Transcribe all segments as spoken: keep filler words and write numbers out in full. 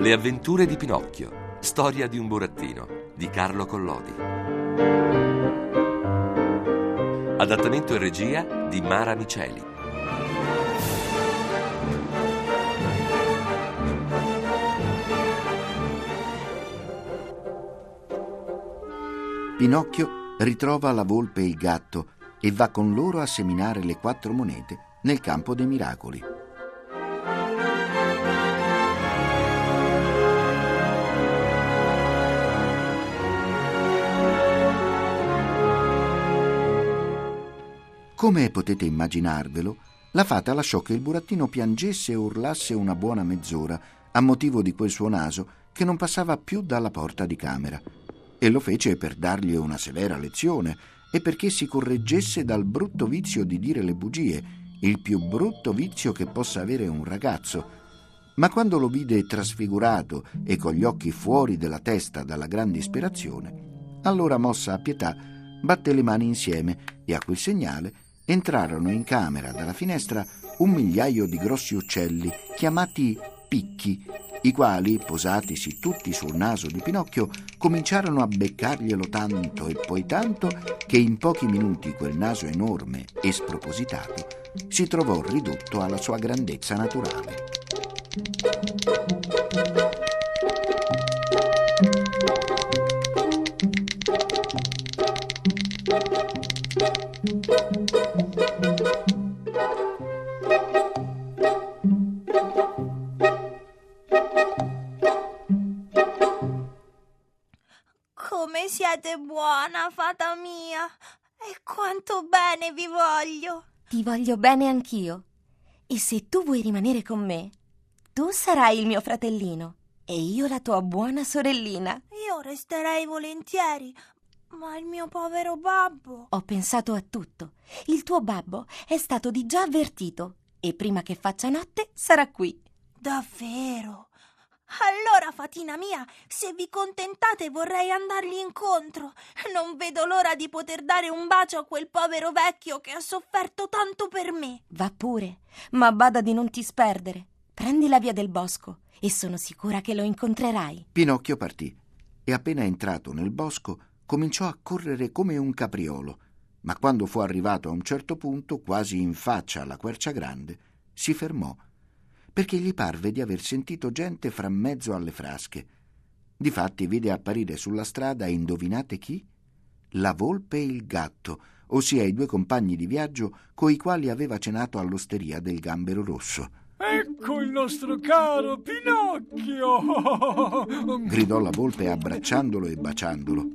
Le avventure di Pinocchio, storia di un burattino, di Carlo Collodi. Adattamento e regia di Mara Miceli. Pinocchio ritrova la volpe e il gatto e va con loro a seminare le quattro monete nel campo dei miracoli. Come potete immaginarvelo, la fata lasciò che il burattino piangesse e urlasse una buona mezz'ora a motivo di quel suo naso che non passava più dalla porta di camera, e lo fece per dargli una severa lezione e perché si correggesse dal brutto vizio di dire le bugie, il più brutto vizio che possa avere un ragazzo. Ma quando lo vide trasfigurato e con gli occhi fuori della testa dalla gran disperazione, allora, mossa a pietà, batté le mani insieme e a quel segnale entrarono in camera dalla finestra un migliaio di grossi uccelli chiamati picchi, i quali, posatisi tutti sul naso di Pinocchio, cominciarono a beccarglielo tanto e poi tanto che in pochi minuti quel naso enorme e spropositato si trovò ridotto alla sua grandezza naturale. Come siete buona, fata mia, e quanto bene vi voglio. Ti voglio bene anch'io. E se tu vuoi rimanere con me, tu sarai il mio fratellino e io la tua buona sorellina. Io resterei volentieri, ma il mio povero babbo... Ho pensato a tutto. Il tuo babbo è stato di già avvertito e prima che faccia notte sarà qui. Davvero? Allora, fatina mia, se vi contentate vorrei andargli incontro. Non vedo l'ora di poter dare un bacio a quel povero vecchio che ha sofferto tanto per me. Va pure, ma bada di non ti sperdere. Prendi la via del bosco e sono sicura che lo incontrerai. Pinocchio partì e appena entrato nel bosco cominciò a correre come un capriolo, ma quando fu arrivato a un certo punto, quasi in faccia alla quercia grande, si fermò, perché gli parve di aver sentito gente fra mezzo alle frasche. Difatti vide apparire sulla strada, indovinate chi? La volpe e il gatto, ossia i due compagni di viaggio coi quali aveva cenato all'osteria del Gambero Rosso. Ecco il nostro caro Pinocchio! Gridò la volpe abbracciandolo e baciandolo.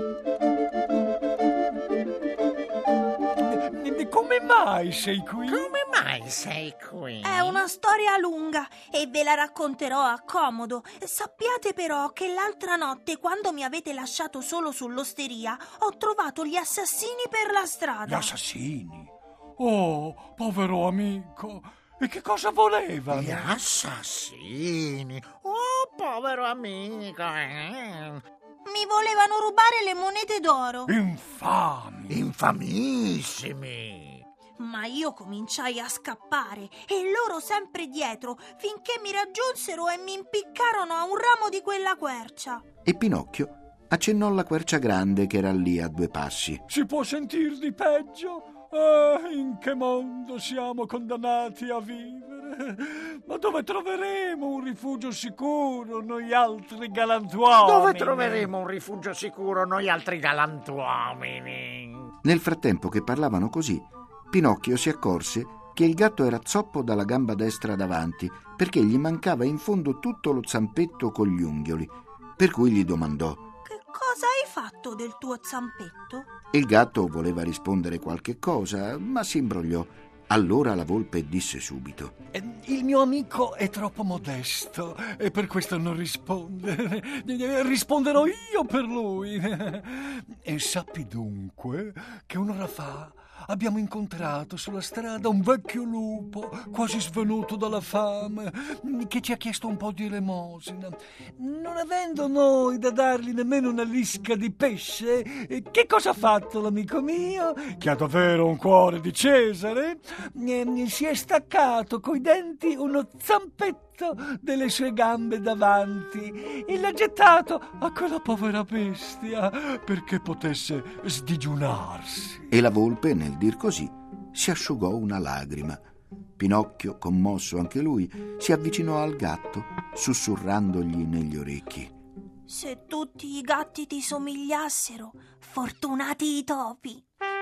Come mai sei qui? Come mai sei qui? È una storia lunga e ve la racconterò a comodo. Sappiate però che l'altra notte, quando mi avete lasciato solo sull'osteria, ho trovato gli assassini per la strada. Gli assassini? Oh, povero amico! E che cosa volevano? Gli assassini? Oh, povero amico! Eh. Mi volevano rubare le monete d'oro. Infami! Infamissimi! Ma io cominciai a scappare e loro sempre dietro, finché mi raggiunsero e mi impiccarono a un ramo di quella quercia. E Pinocchio accennò alla quercia grande che era lì a due passi. Si può sentir di peggio? Ah, in che mondo siamo condannati a vivere? Ma dove troveremo un rifugio sicuro noi altri galantuomini? Dove troveremo un rifugio sicuro noi altri galantuomini? Nel frattempo che parlavano così, Pinocchio si accorse che il gatto era zoppo dalla gamba destra davanti, perché gli mancava in fondo tutto lo zampetto con gli unghioli, per cui gli domandò: che cosa hai fatto del tuo zampetto? Il gatto voleva rispondere qualche cosa, ma si imbrogliò. Allora la volpe disse subito: il mio amico è troppo modesto e per questo non risponde. Risponderò io per lui. E sappi dunque che un'ora fa abbiamo incontrato sulla strada un vecchio lupo quasi svenuto dalla fame che ci ha chiesto un po' di elemosina. Non avendo noi da dargli nemmeno una lisca di pesce, che cosa ha fatto l'amico mio, che ha davvero un cuore di Cesare? Si è staccato coi denti uno zampetto fatto delle sue gambe davanti e l'ha gettato a quella povera bestia perché potesse sdigiunarsi. E la volpe, nel dir così, si asciugò una lagrima. Pinocchio, commosso anche lui, si avvicinò al gatto, sussurrandogli negli orecchi: Se tutti i gatti ti somigliassero, fortunati i topi.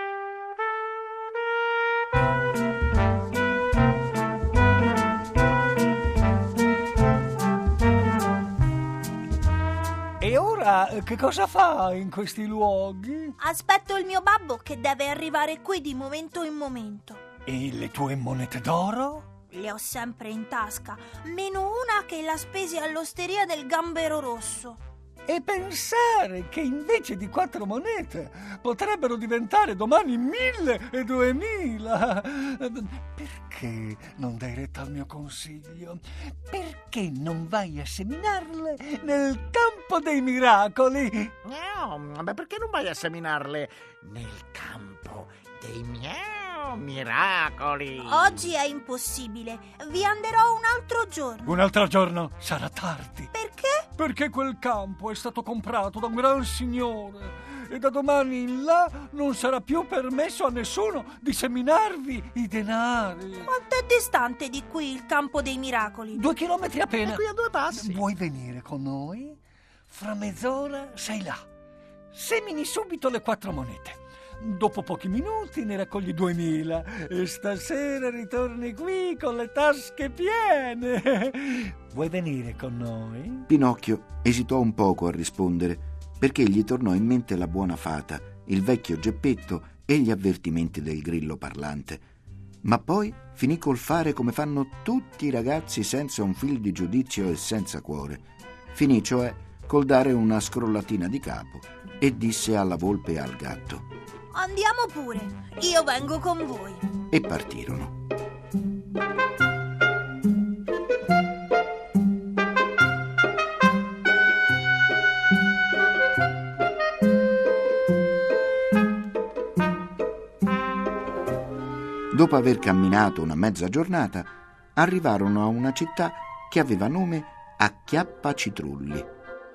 E ora che cosa fa in questi luoghi? Aspetto il mio babbo che deve arrivare qui di momento in momento. E le tue monete d'oro? Le ho sempre in tasca, meno una che la spesi all'osteria del Gambero Rosso. E pensare che invece di quattro monete potrebbero diventare domani mille e duemila. Perché non dai retta al mio consiglio? Perché non vai a seminarle nel campo dei miracoli? No, beh, perché non vai a seminarle nel campo dei miei miracoli? Oggi è impossibile, vi anderò un altro giorno. Un altro giorno sarà tardi. Perché? Perché quel campo è stato comprato da un gran signore e da domani in là non sarà più permesso a nessuno di seminarvi i denari. Quanto è distante di qui il campo dei miracoli? Due chilometri appena. È qui a due passi. Vuoi venire con noi? Fra mezz'ora sei là. Semini subito le quattro monete. Dopo pochi minuti ne raccogli duemila e stasera ritorni qui con le tasche piene. Vuoi venire con noi? Pinocchio esitò un poco a rispondere, perché gli tornò in mente la buona fata, il vecchio Geppetto e gli avvertimenti del grillo parlante. Ma poi finì col fare come fanno tutti i ragazzi senza un fil di giudizio e senza cuore. Finì cioè col dare una scrollatina di capo e disse alla volpe e al gatto: Andiamo pure, io vengo con voi. E partirono. Dopo aver camminato una mezza giornata, arrivarono a una città che aveva nome Acchiappacitrulli.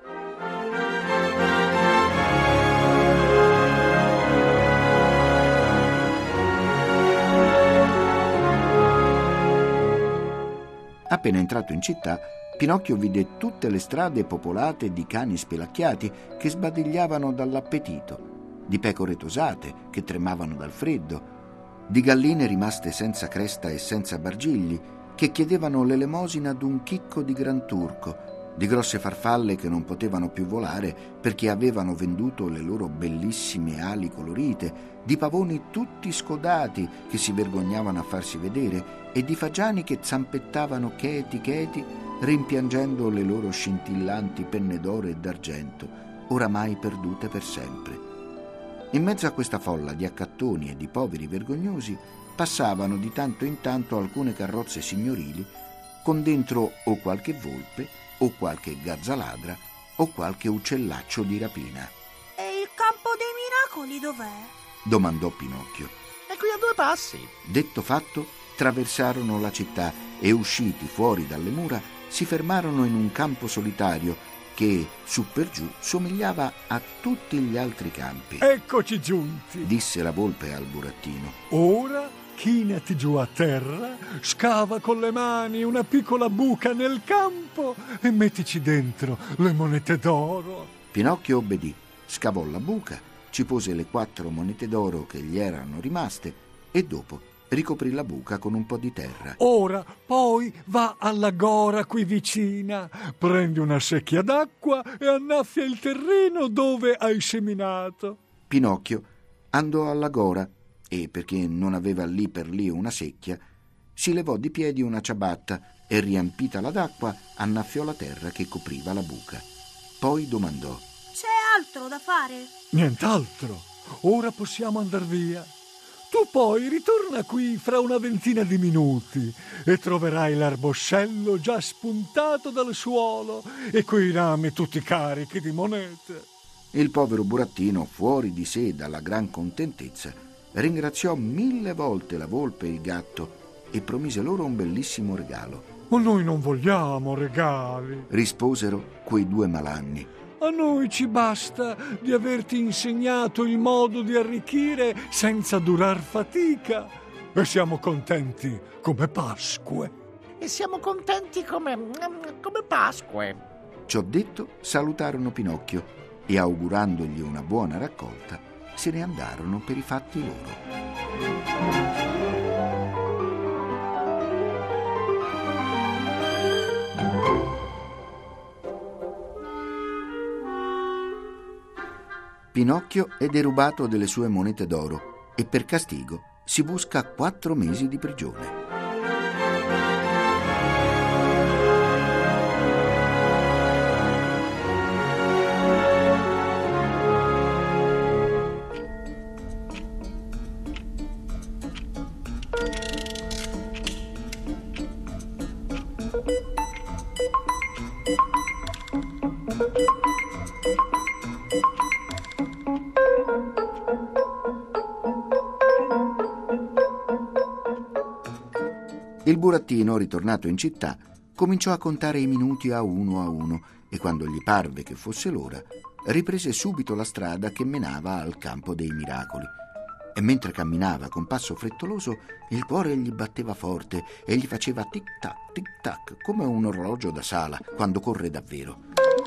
Appena entrato in città, Pinocchio vide tutte le strade popolate di cani spelacchiati che sbadigliavano dall'appetito, di pecore tosate che tremavano dal freddo, di galline rimaste senza cresta e senza bargigli che chiedevano l'elemosina d'un chicco di granturco, di grosse farfalle che non potevano più volare perché avevano venduto le loro bellissime ali colorite, di pavoni tutti scodati che si vergognavano a farsi vedere e di fagiani che zampettavano cheti cheti rimpiangendo le loro scintillanti penne d'oro e d'argento, oramai perdute per sempre. In mezzo a questa folla di accattoni e di poveri vergognosi passavano di tanto in tanto alcune carrozze signorili con dentro o qualche volpe o qualche gazzaladra o qualche uccellaccio di rapina. E il campo dei miracoli dov'è? Domandò Pinocchio. È qui a due passi. Detto fatto, traversarono la città e usciti fuori dalle mura si fermarono in un campo solitario che, su per giù, somigliava a tutti gli altri campi. Eccoci giunti, disse la volpe al burattino. Ora chinati giù a terra, scava con le mani una piccola buca nel campo e mettici dentro le monete d'oro. Pinocchio obbedì, scavò la buca, ci pose le quattro monete d'oro che gli erano rimaste e dopo ricoprì la buca con un po' di terra. Ora poi va alla gora qui vicina, prendi una secchia d'acqua e annaffia il terreno dove hai seminato. Pinocchio andò alla gora e, perché non aveva lì per lì una secchia, si levò di piedi una ciabatta e, riempitala d'acqua, annaffiò la terra che copriva la buca. Poi domandò: C'è altro da fare? Nient'altro, ora possiamo andar via. Tu poi ritorna qui fra una ventina di minuti e troverai l'arboscello già spuntato dal suolo e quei rami tutti carichi di monete. Il povero burattino, fuori di sé dalla gran contentezza, ringraziò mille volte la volpe e il gatto e promise loro un bellissimo regalo. Ma noi non vogliamo regali, risposero quei due malanni. A noi ci basta di averti insegnato il modo di arricchire senza durar fatica. E siamo contenti come Pasque. E siamo contenti come... come Pasque. Ciò detto, salutarono Pinocchio e, augurandogli una buona raccolta, se ne andarono per i fatti loro. Pinocchio è derubato delle sue monete d'oro e per castigo si busca quattro mesi di prigione. Il burattino, ritornato in città, cominciò a contare i minuti a uno a uno e quando gli parve che fosse l'ora, riprese subito la strada che menava al campo dei miracoli. E mentre camminava con passo frettoloso, il cuore gli batteva forte e gli faceva tic-tac, tic-tac, come un orologio da sala quando corre davvero.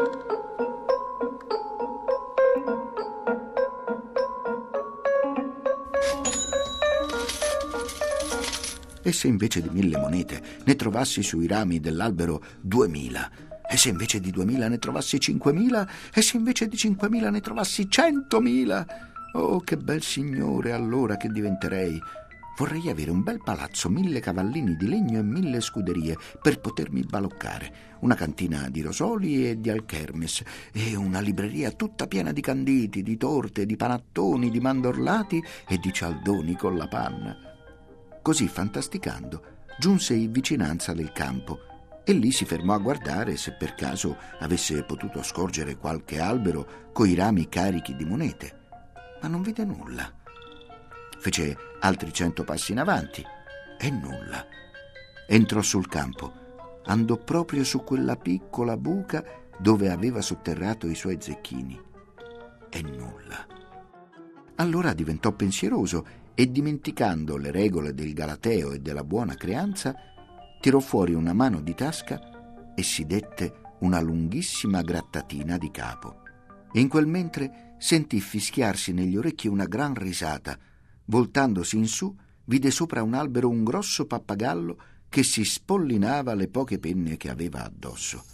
E se invece di mille monete ne trovassi sui rami dell'albero duemila? E se invece di duemila ne trovassi cinquemila? E se invece di cinquemila ne trovassi centomila? Oh, che bel signore allora che diventerei! Vorrei avere un bel palazzo, mille cavallini di legno e mille scuderie per potermi baloccare, una cantina di rosoli e di alchermes e una libreria tutta piena di canditi, di torte, di panattoni, di mandorlati e di cialdoni con la panna. Così, fantasticando, giunse in vicinanza del campo e lì si fermò a guardare se per caso avesse potuto scorgere qualche albero coi rami carichi di monete, ma non vide nulla. Fece altri cento passi in avanti e nulla. Entrò sul campo, andò proprio su quella piccola buca dove aveva sotterrato i suoi zecchini e nulla. Allora diventò pensieroso e, dimenticando le regole del galateo e della buona creanza, tirò fuori una mano di tasca e si dette una lunghissima grattatina di capo. E in quel mentre sentì fischiarsi negli orecchi una gran risata. Voltandosi in su, vide sopra un albero un grosso pappagallo che si spollinava le poche penne che aveva addosso.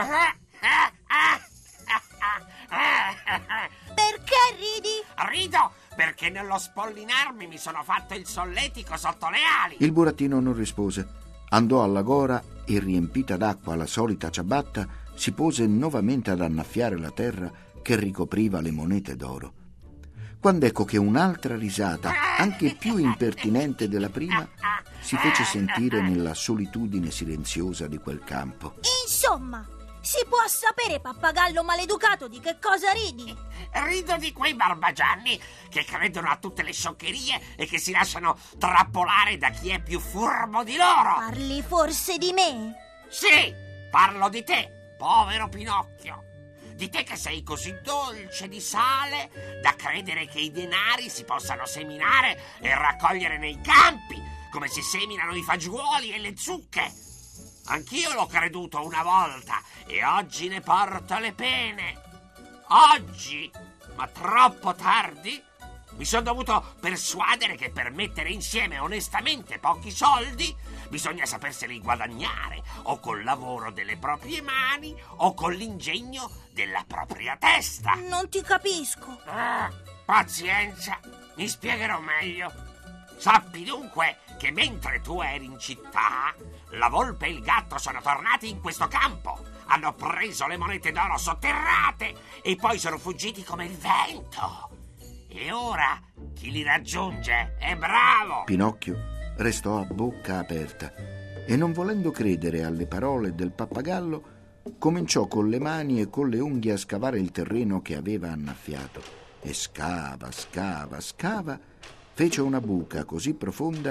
Perché ridi? Rido perché nello spollinarmi mi sono fatto il solletico sotto le ali. Il burattino non rispose. Andò alla gora e, riempita d'acqua la solita ciabatta, si pose nuovamente ad annaffiare la terra che ricopriva le monete d'oro. Quando ecco che un'altra risata, anche più impertinente della prima, si fece sentire nella solitudine silenziosa di quel campo. Insomma, si può sapere, pappagallo maleducato, di che cosa ridi? Rido di quei barbagianni che credono a tutte le scioccherie e che si lasciano trappolare da chi è più furbo di loro. Parli forse di me? Sì, parlo di te, povero Pinocchio. Di te che sei così dolce di sale da credere che i denari si possano seminare e raccogliere nei campi, come si seminano i fagioli e le zucche. Anch'io l'ho creduto una volta e oggi ne porto le pene. Oggi, ma troppo tardi, mi sono dovuto persuadere che per mettere insieme onestamente pochi soldi bisogna saperseli guadagnare o col lavoro delle proprie mani o con l'ingegno della propria testa. Non ti capisco. Ah, pazienza, mi spiegherò meglio. Sappi dunque che mentre tu eri in città, la volpe e il gatto sono tornati in questo campo, hanno preso le monete d'oro sotterrate e poi sono fuggiti come il vento. E ora chi li raggiunge è bravo. Pinocchio restò a bocca aperta e, non volendo credere alle parole del pappagallo, cominciò con le mani e con le unghie a scavare il terreno che aveva annaffiato. E scava, scava, scava, fece una buca così profonda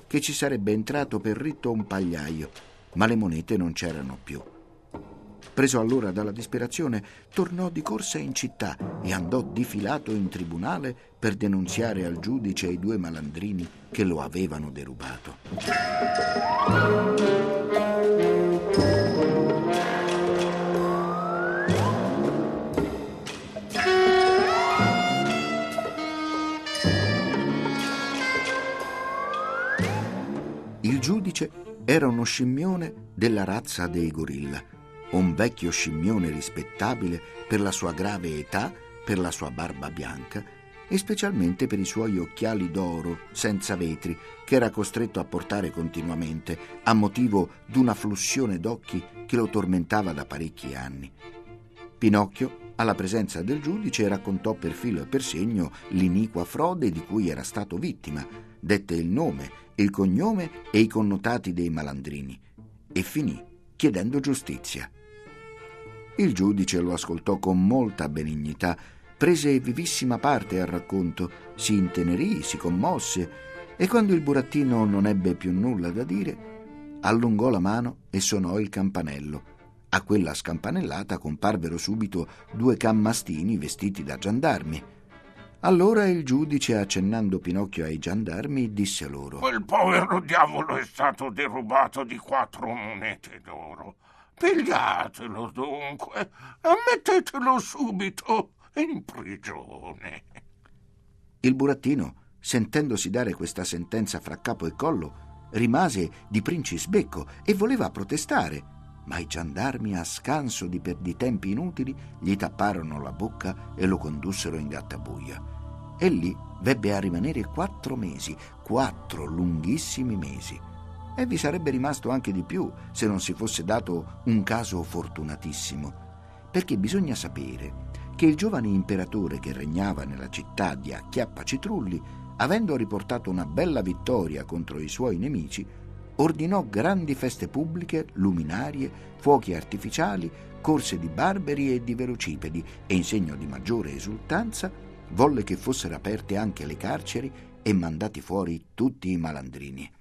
che ci sarebbe entrato per ritto un pagliaio, ma le monete non c'erano più. Preso allora dalla disperazione, tornò di corsa in città e andò difilato in tribunale per denunziare al giudice i due malandrini che lo avevano derubato. Il giudice era uno scimmione della razza dei gorilla, un vecchio scimmione rispettabile per la sua grave età, per la sua barba bianca e specialmente per i suoi occhiali d'oro senza vetri che era costretto a portare continuamente a motivo d'una flussione d'occhi che lo tormentava da parecchi anni. Pinocchio, alla presenza del giudice, raccontò per filo e per segno l'iniqua frode di cui era stato vittima, dette il nome, il cognome e i connotati dei malandrini e finì chiedendo giustizia. Il giudice lo ascoltò con molta benignità, prese vivissima parte al racconto, si intenerì, si commosse e quando il burattino non ebbe più nulla da dire, allungò la mano e suonò il campanello. A quella scampanellata comparvero subito due cammastini vestiti da giandarmi. Allora il giudice, accennando Pinocchio ai giandarmi, disse loro: quel povero diavolo è stato derubato di quattro monete d'oro. Pigliatelo dunque e mettetelo subito in prigione. Il burattino, sentendosi dare questa sentenza fra capo e collo, rimase di princisbecco e voleva protestare, ma i giandarmi, a scanso di perditempi inutili, gli tapparono la bocca e lo condussero in gattabuia. E lì vebbe a rimanere quattro mesi, quattro lunghissimi mesi. E vi sarebbe rimasto anche di più se non si fosse dato un caso fortunatissimo, perché bisogna sapere che il giovane imperatore che regnava nella città di Acchiappacitrulli, avendo riportato una bella vittoria contro i suoi nemici, ordinò grandi feste pubbliche, luminarie, fuochi artificiali, corse di barberi e di velocipedi e in segno di maggiore esultanza volle che fossero aperte anche le carceri e mandati fuori tutti i malandrini.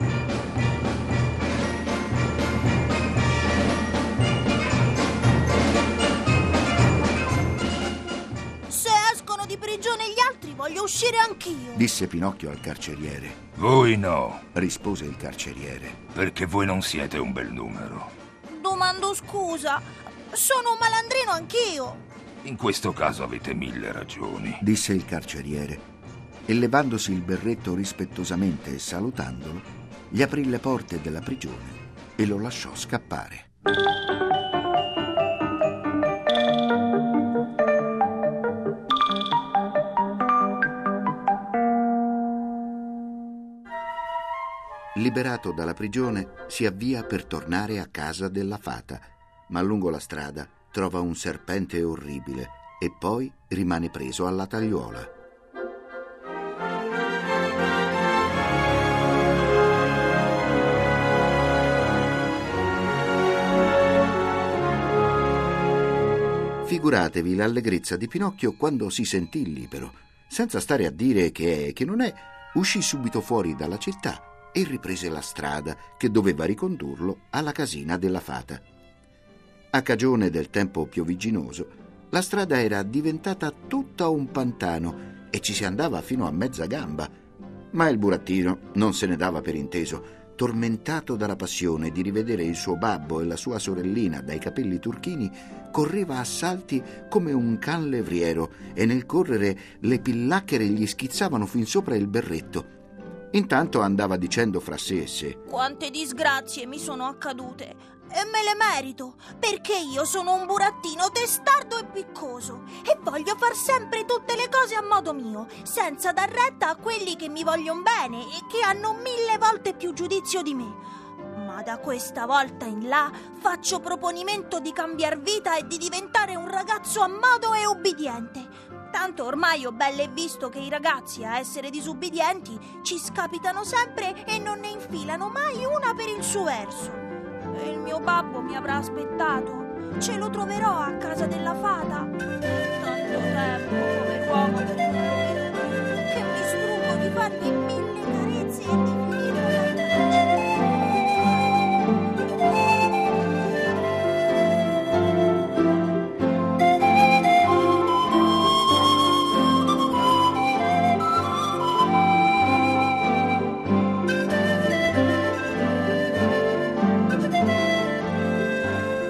Se escono di prigione gli altri, voglio uscire anch'io, disse Pinocchio al carceriere. Voi no, rispose il carceriere, perché voi non siete un bel numero. Domando scusa, sono un malandrino anch'io. In questo caso avete mille ragioni, disse il carceriere, e levandosi il berretto rispettosamente e salutandolo, gli aprì le porte della prigione e lo lasciò scappare. Liberato dalla prigione, si avvia per tornare a casa della fata, ma lungo la strada trova un serpente orribile e poi rimane preso alla tagliuola. Figuratevi l'allegrezza di Pinocchio quando si sentì libero. Senza stare a dire che è e che non è, uscì subito fuori dalla città e riprese la strada che doveva ricondurlo alla casina della fata. A cagione del tempo piovigginoso, la strada era diventata tutta un pantano e ci si andava fino a mezza gamba. Ma il burattino non se ne dava per inteso. Tormentato dalla passione di rivedere il suo babbo e la sua sorellina dai capelli turchini, correva a salti come un can levriero e nel correre le pillacchere gli schizzavano fin sopra il berretto. Intanto andava dicendo fra sé e sé: quante disgrazie mi sono accadute e me le merito, perché io sono un burattino testardo e piccoso e voglio far sempre tutte le cose a modo mio, senza dar retta a quelli che mi vogliono bene e che hanno mille volte più giudizio di me. Ma da questa volta in là faccio proponimento di cambiar vita e di diventare un ragazzo a modo e ubbidiente. Tanto ormai ho belle visto che i ragazzi a essere disubbidienti ci scapitano sempre e non ne infilano mai una per il suo verso. E il mio babbo mi avrà aspettato. Ce lo troverò a casa della fata. Tanto tempo, pover'uomo, che mi struggo di fargli mille carezze e di finire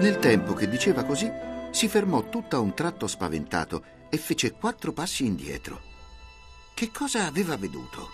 Nel tempo che diceva così, si fermò tutto a un tratto spaventato e fece quattro passi indietro. Che cosa aveva veduto?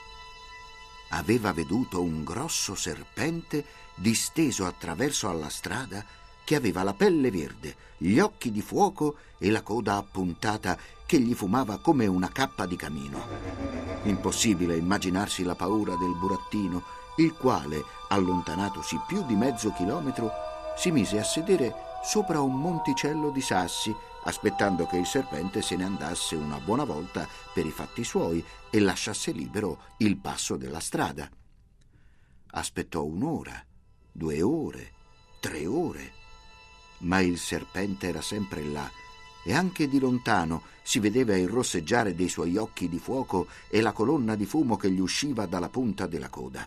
Aveva veduto un grosso serpente disteso attraverso alla strada, che aveva la pelle verde, gli occhi di fuoco e la coda appuntata che gli fumava come una cappa di camino. Impossibile immaginarsi la paura del burattino, il quale, allontanatosi più di mezzo chilometro, si mise a sedere sopra un monticello di sassi, aspettando che il serpente se ne andasse una buona volta per i fatti suoi e lasciasse libero il passo della strada. Aspettò un'ora, due ore, tre ore, ma il serpente era sempre là e anche di lontano si vedeva il rosseggiare dei suoi occhi di fuoco e la colonna di fumo che gli usciva dalla punta della coda.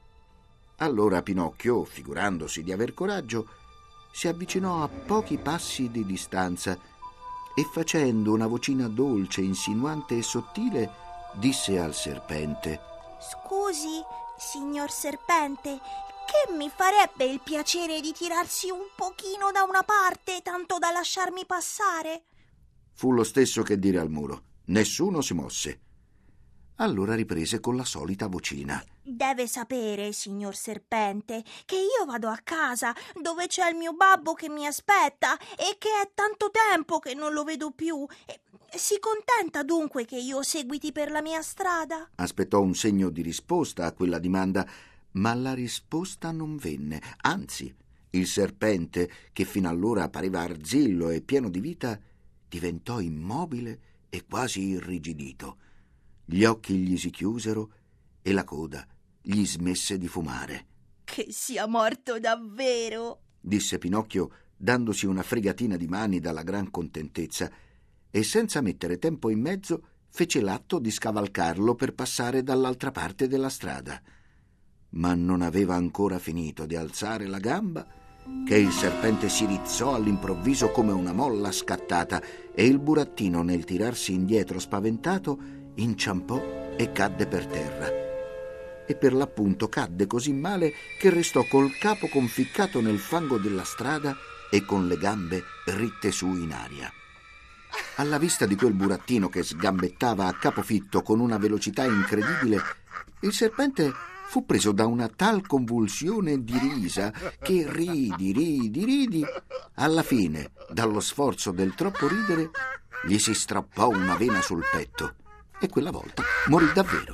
Allora Pinocchio, figurandosi di aver coraggio, si avvicinò a pochi passi di distanza e, facendo una vocina dolce, insinuante e sottile, disse al serpente: Scusi, signor serpente, che mi farebbe il piacere di tirarsi un pochino da una parte, tanto da lasciarmi passare? Fu lo stesso che dire al muro. Nessuno si mosse. Allora riprese con la solita vocina: Deve sapere, signor serpente, che io vado a casa dove c'è il mio babbo che mi aspetta e che è tanto tempo che non lo vedo più. E si contenta dunque che io seguiti per la mia strada? Aspettò un segno di risposta a quella domanda, ma la risposta non venne. Anzi, il serpente, che fino allora pareva arzillo e pieno di vita, diventò immobile e quasi irrigidito. Gli occhi gli si chiusero e la coda gli smesse di fumare. Che sia morto davvero, disse Pinocchio, dandosi una fregatina di mani dalla gran contentezza, e senza mettere tempo in mezzo fece l'atto di scavalcarlo per passare dall'altra parte della strada. Ma non aveva ancora finito di alzare la gamba che il serpente si rizzò all'improvviso come una molla scattata e il burattino, nel tirarsi indietro spaventato, inciampò e cadde per terra. E per l'appunto cadde così male che restò col capo conficcato nel fango della strada e con le gambe ritte su in aria. Alla vista di quel burattino che sgambettava a capofitto con una velocità incredibile, il serpente fu preso da una tal convulsione di risa che ridi, ridi, ridi. Alla fine, dallo sforzo del troppo ridere, gli si strappò una vena sul petto e quella volta morì davvero.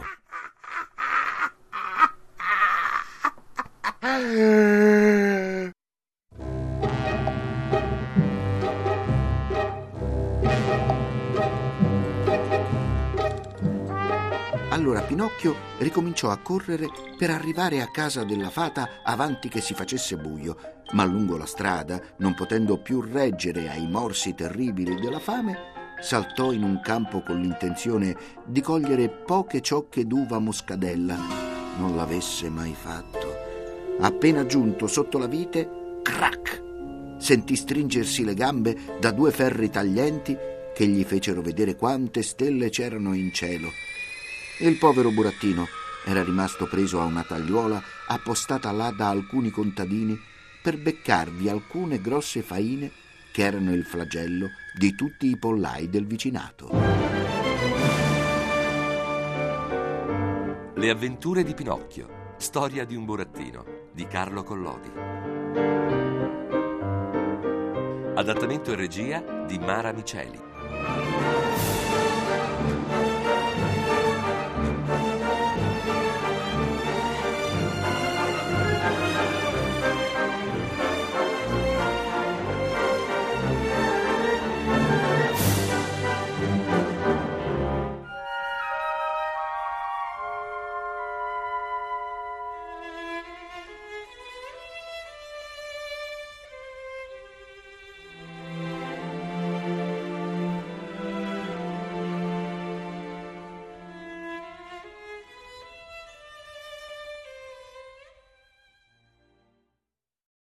Allora Pinocchio ricominciò a correre per arrivare a casa della fata avanti che si facesse buio, ma lungo la strada, non potendo più reggere ai morsi terribili della fame, saltò in un campo con l'intenzione di cogliere poche ciocche d'uva moscadella. Non l'avesse mai fatto. Appena giunto sotto la vite, crac! Sentì stringersi le gambe da due ferri taglienti che gli fecero vedere quante stelle c'erano in cielo. E il povero burattino era rimasto preso a una tagliuola appostata là da alcuni contadini per beccarvi alcune grosse faine che erano il flagello di tutti i pollai del vicinato. Le avventure di Pinocchio, storia di un burattino, di Carlo Collodi. Adattamento e regia di Mara Miceli.